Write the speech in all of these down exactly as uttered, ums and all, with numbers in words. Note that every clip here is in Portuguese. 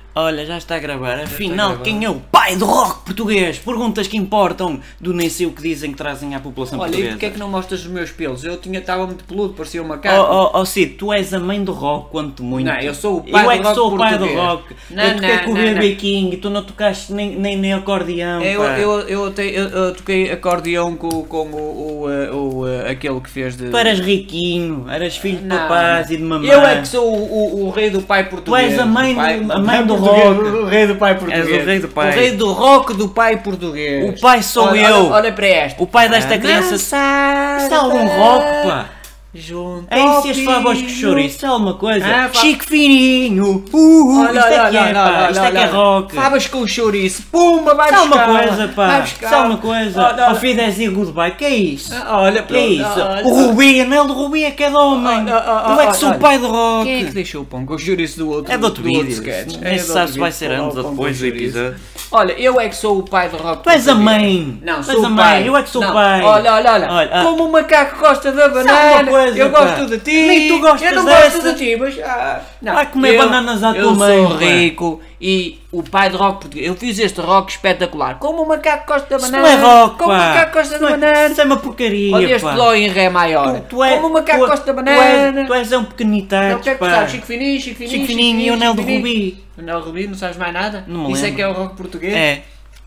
Olha, já está a gravar. Afinal, gravar. quem é o pai do rock português? Perguntas que importam do nem sei o que dizem que trazem à população Olha, e portuguesa. porquê é que não mostras os meus pelos? Eu tinha, estava muito peludo, parecia um macaco. Oh, oh, oh Cid, tu és a mãe do rock, quanto muito. Não, eu sou o pai eu do é que rock sou o pai português. do rock. Não, eu toquei não, com o não, B B não. King, tu não tocaste nem, nem, nem acordeão. Eu, pá. eu, eu, te- eu- eu toquei acordeão com, com o, o, eh, o, eh, aquele que fez de... Tu eras riquinho, eras filho de Não, papás e de mamãe. Eu é que sou o, o, o rei do pai Tu português. és a mãe, O pai- do, a o mãe pai do português, rock. O rei do pai português. És o rei do pai. O rei do rock do pai português. O pai sou Olha, eu. Olha, olha para esta. O pai desta criança. Dançar, Isso é algum rock, pá. Junto É ao isso, este favos que pinho. chouriço, isso é alguma coisa? Ah, fa- Chico Fininho, uh, Olha, isto é olha, que é, olha, pá, olha, isto é que é olha. rock. Favas com chouriço, pumba, vai Isso é buscar. uma coisa, pá, Vai isso buscar. é uma coisa. Olha, Ao olha. fim dez dias goodbye, que é isso? Ah, Olha, Que é pronto, isso? olha, O olha. Rubi, anel do Rubi é que é de homem. Olha, olha, Tu é que sou olha. o pai do rock. Quem é que deixou o pão com o chouriço do outro? É de outro vídeo. sketch? Nem É se de sabe outro se vai vídeo, ser pão antes ou com depois do chouriço. episódio. Olha, eu é que sou o pai do rock. Tu és a português. mãe. Não, Tu sou és a o mãe. pai. Eu é que sou o Não, pai. Olha, olha, olha. Olha, ah. Como o macaco gosta da Isso é banana, uma coisa, eu pá. gosto de ti. Nem tu gostas Eu não dessa. gosto de ti, mas... Ah, não. Vai comer Eu- bananas à tua eu mãe, sou pá. rico e o pai do rock português. Eu fiz este rock espetacular. Como o macaco gosta da Isso banana. não é rock, Como o pá. macaco gosta da Não é- banana. Isso é uma porcaria, Olha este pá. dó em ré maior. Tu, tu é, Como o macaco tu, gosta da tu és, banana. tu és um Não, pequenitado, o que é que tu pá. sabes? Chico Fininho, Chico Fininho, Chico Fininho e o anel do Rubi. O anel do Rubi, não sabes mais nada? Não me Isso é lembro. que é o rock português? É.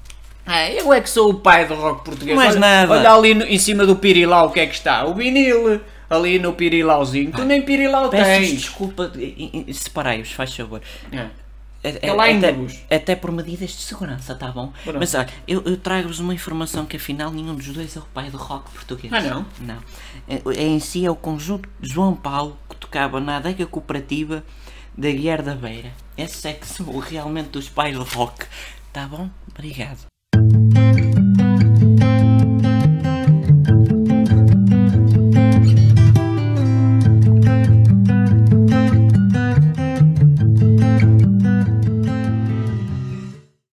Ah, eu é que sou o pai do rock português. Não és olha, nada. Olha ali no- em cima do pirilau o que é que está? O vinil. Ali no pirilauzinho. Tu nem pirilau Peço tens. desculpa, e- e- separei-os, faz favor. É. É- É lá em até, Luz. até por medidas de segurança, tá bom? Pronto. Mas olha, eu, eu trago-vos uma informação que afinal nenhum dos dois é o pai do rock português. Ah, não? Não. É, é em si é o conjunto de João Paulo que tocava na adega cooperativa da Guiar da Beira. Esses é que são realmente os pais do rock. Tá bom? Obrigado.